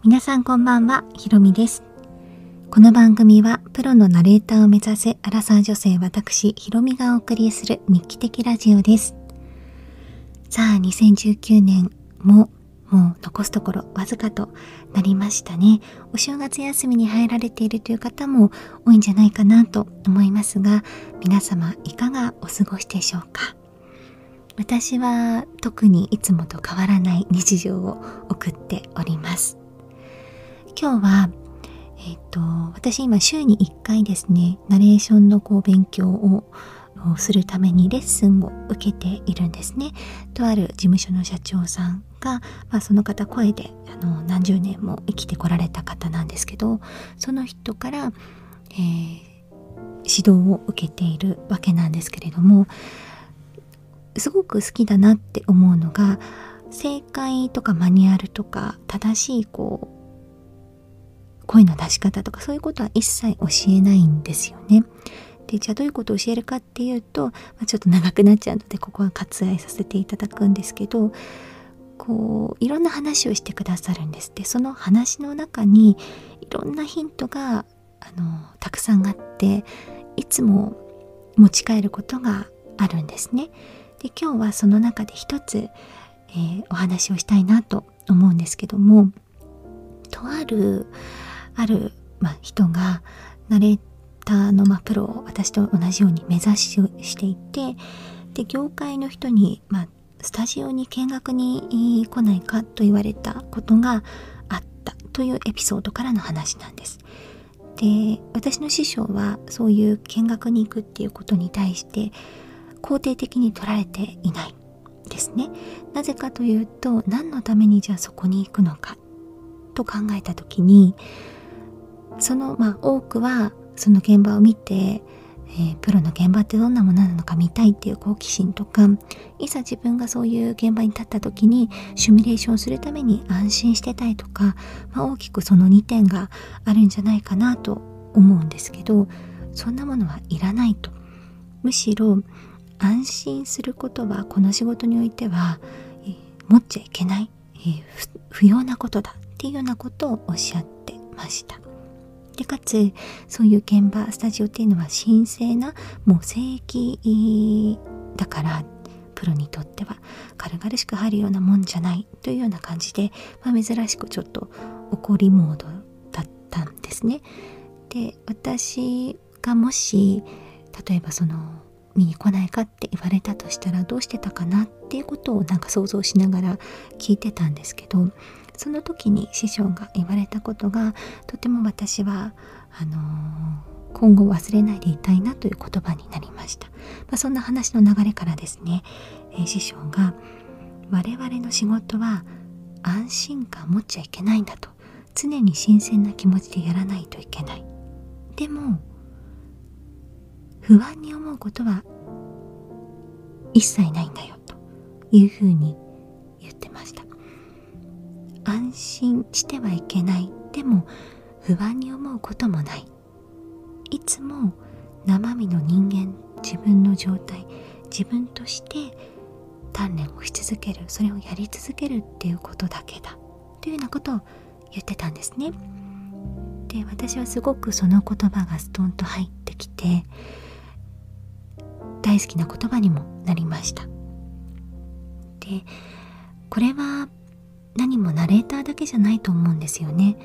皆さんこんばんは、ひろみです。この番組はプロのナレーターを目指すアラサー女性私ひろみがお送りする日記的ラジオです。さあ2019年もう残すところわずかとなりましたね。お正月休みに入られているという方も多いんじゃないかなと思いますが、皆様いかがお過ごしでしょうか。私は特にいつもと変わらない日常を送っております。今日は私今週に1回ですね、ナレーションの勉強をするためにレッスンを受けているんですね。とある事務所の社長さんが、その方声で何十年も生きてこられた方なんですけど、その人から、指導を受けているわけなんですけれども、すごく好きだなって思うのが、正解とかマニュアルとか正しい声の出し方とかそういうことは一切教えないんですよね。で、じゃあどういうことを教えるかっていうと、ちょっと長くなっちゃうのでここは割愛させていただくんですけど、いろんな話をしてくださるんです。で、その話の中にいろんなヒントがたくさんあって、いつも持ち帰ることがあるんですね。で、今日はその中で一つ、お話をしたいなと思うんですけども、とある人がナレーターのプロを私と同じように目指していて、で業界の人にスタジオに見学に来ないかと言われたことがあったというエピソードからの話なんです。で、私の師匠はそういう見学に行くっていうことに対して肯定的に取られていないですね。なぜかというと、何のためにじゃあそこに行くのかと考えた時に、その多くはその現場を見て、プロの現場ってどんなものなのか見たいっていう好奇心とか、いざ自分がそういう現場に立った時にシミュレーションするために安心してたいとか、大きくその2点があるんじゃないかなと思うんですけど、そんなものはいらないと。むしろ安心することはこの仕事においては、持っちゃいけない、不要なことだっていうようなことをおっしゃってました。で、かつそういう現場スタジオっていうのは神聖なもう聖域だから、プロにとっては軽々しく入るようなもんじゃないというような感じで、珍しくちょっと怒りモードだったんですね。で、私がもし例えば見に来ないかって言われたとしたらどうしてたかなっていうことを想像しながら聞いてたんですけど、その時に師匠が言われたことがとても私は今後忘れないでいたいなという言葉になりました。そんな話の流れからですね、師匠が我々の仕事は安心感持っちゃいけないんだと、常に新鮮な気持ちでやらないといけない。でも不安に思うことは一切ないんだよというふうに言ってました。安心してはいけない。でも不安に思うこともない。いつも生身の人間、自分の状態、自分として鍛錬をし続ける、それをやり続けるっていうことだけだというようなことを言ってたんですね。で、私はすごくその言葉がストンと入ってきて、大好きな言葉にもなりました。で、これは何もナレーターだけじゃないと思うんですよね。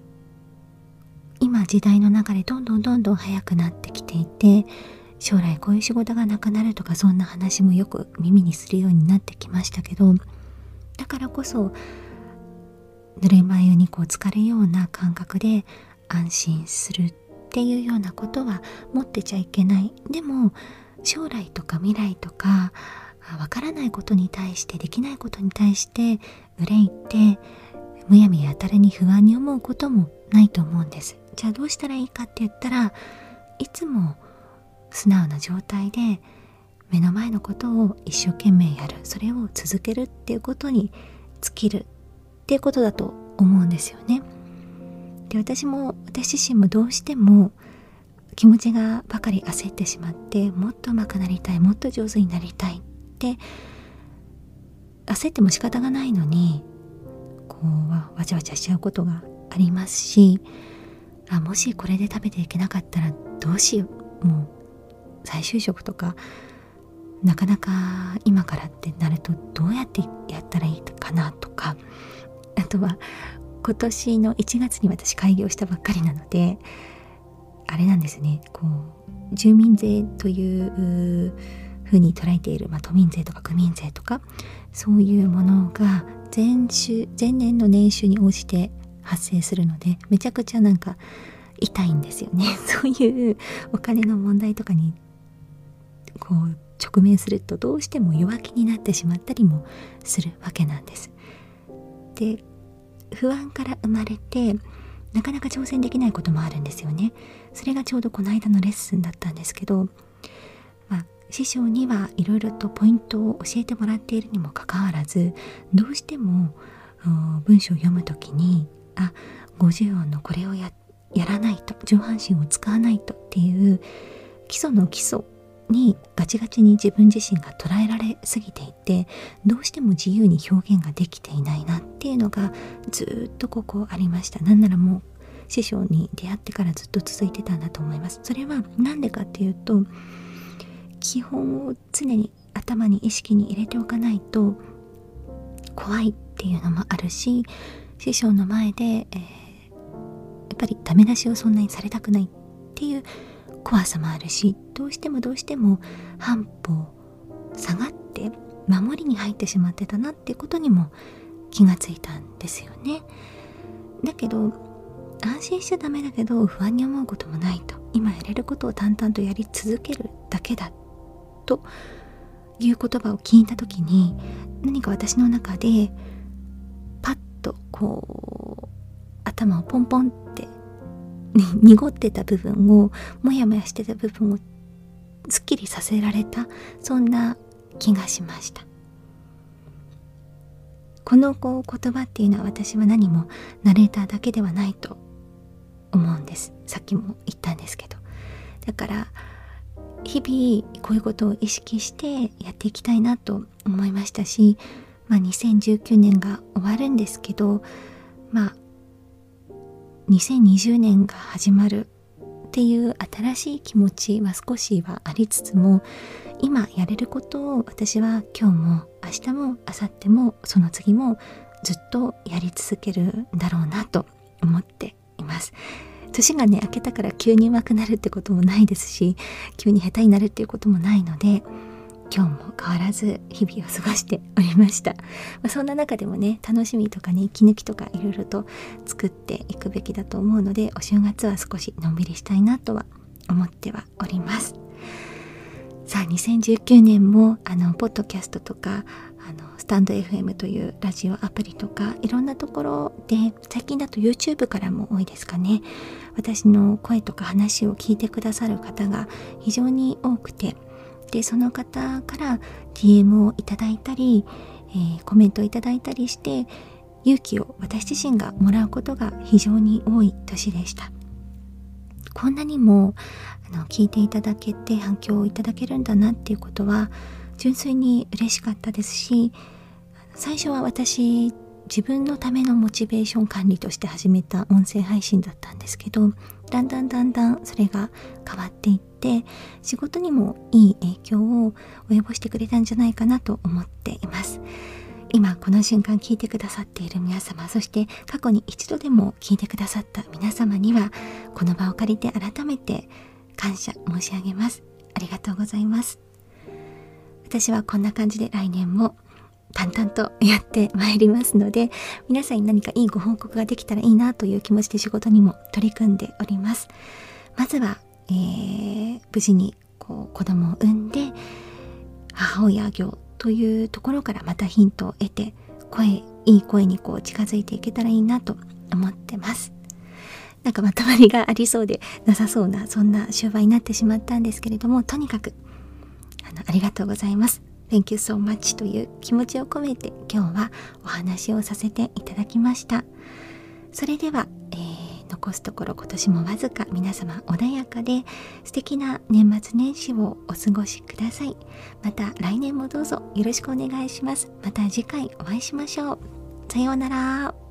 今時代の流れどんどん早くなってきていて、将来こういう仕事がなくなるとか、そんな話もよく耳にするようになってきましたけど、だからこそぬるま湯に浸かるような感覚で安心するっていうようなことは持ってちゃいけない。でも将来とか未来とかわからないことに対して、できないことに対して憂いてむやみやたらに不安に思うこともないと思うんです。じゃあどうしたらいいかって言ったら、いつも素直な状態で目の前のことを一生懸命やる、それを続けるっていうことに尽きるっていうことだと思うんですよね。で、私自身もどうしても気持ちがばかり焦ってしまって、もっと上手くなりたい、もっと上手になりたいって焦っても仕方がないのに、 わちゃわちゃしちゃうことがありますし、もしこれで食べていけなかったらどうしよう、もう再就職とかなかなか今からってなるとどうやってやったらいいかなとか、あとは今年の1月に私開業したばっかりなので、あれなんですね、住民税というふうに捉えている、都民税とか区民税とかそういうものが前年の年収に応じて発生するので、めちゃくちゃなんか痛いんですよね。そういうお金の問題とかに直面するとどうしても弱気になってしまったりもするわけなんです。で、不安から生まれてなかなか挑戦できないこともあるんですよね。それがちょうどこの間のレッスンだったんですけど、師匠にはいろいろとポイントを教えてもらっているにもかかわらず、どうしても文章を読むときに50音のこれをやらないと、上半身を使わないとっていう基礎の基礎にガチガチに自分自身が捉えられすぎていて、どうしても自由に表現ができていないなっていうのがずっとここありました。なんならもう師匠に出会ってからずっと続いてたんだと思います。それはなんでかっていうと、基本を常に頭に意識に入れておかないと怖いっていうのもあるし、師匠の前で、やっぱりダメ出しをそんなにされたくないっていう怖さもあるし、どうしても半歩下がって守りに入ってしまってたなっていうことにも気がついたんですよね。だけど安心しちゃダメだけど不安に思うこともないと、今やれることを淡々とやり続けるだけだという言葉を聞いた時に、何か私の中でパッと頭をポンポンって濁ってた部分を、もやもやしてた部分をすっきりさせられた、そんな気がしました。この言葉っていうのは、私は何もナレーターだけではないと思うんです。さっきも言ったんですけど、だから日々こういうことを意識してやっていきたいなと思いましたし、2019年が終わるんですけど、2020年が始まるっていう新しい気持ちは少しはありつつも、今やれることを私は今日も明日も明後日もその次もずっとやり続けるんだろうなと思っています。年が明けたから急に上手くなるってこともないですし、急に下手になるっていうこともないので、今日も変わらず日々を過ごしておりました。そんな中でもね、楽しみとかね、息抜きとかいろいろと作っていくべきだと思うので、お正月は少しのんびりしたいなとは思ってはおります。さあ、2019年もポッドキャストとかスタンド FM というラジオアプリとかいろんなところで、最近だと YouTube からも多いですかね、私の声とか話を聞いてくださる方が非常に多くて、でその方から DM をいただいたり、コメントをいただいたりして勇気を私自身がもらうことが非常に多い年でした。こんなにも聞いていただけて反響をいただけるんだなっていうことは純粋に嬉しかったですし、最初は私自分のためのモチベーション管理として始めた音声配信だったんですけど、だんだんそれが変わっていって、仕事にもいい影響を及ぼしてくれたんじゃないかなと思っています。今この瞬間聞いてくださっている皆様、そして過去に一度でも聞いてくださった皆様には、この場を借りて改めて感謝申し上げます。ありがとうございます。私はこんな感じで来年も淡々とやってまいりますので、皆さんに何かいいご報告ができたらいいなという気持ちで仕事にも取り組んでおります。まずは、無事に子供を産んで母親業というところからまたヒントを得て、いい声に近づいていけたらいいなと思ってます。なんかまとまりがありそうでなさそうな、そんな終盤になってしまったんですけれども、とにかくありがとうございます。Thank you so much という気持ちを込めて今日はお話をさせていただきました。それでは、残すところ今年もわずか、皆様穏やかで素敵な年末年始をお過ごしください。また来年もどうぞよろしくお願いします。また次回お会いしましょう。さようなら。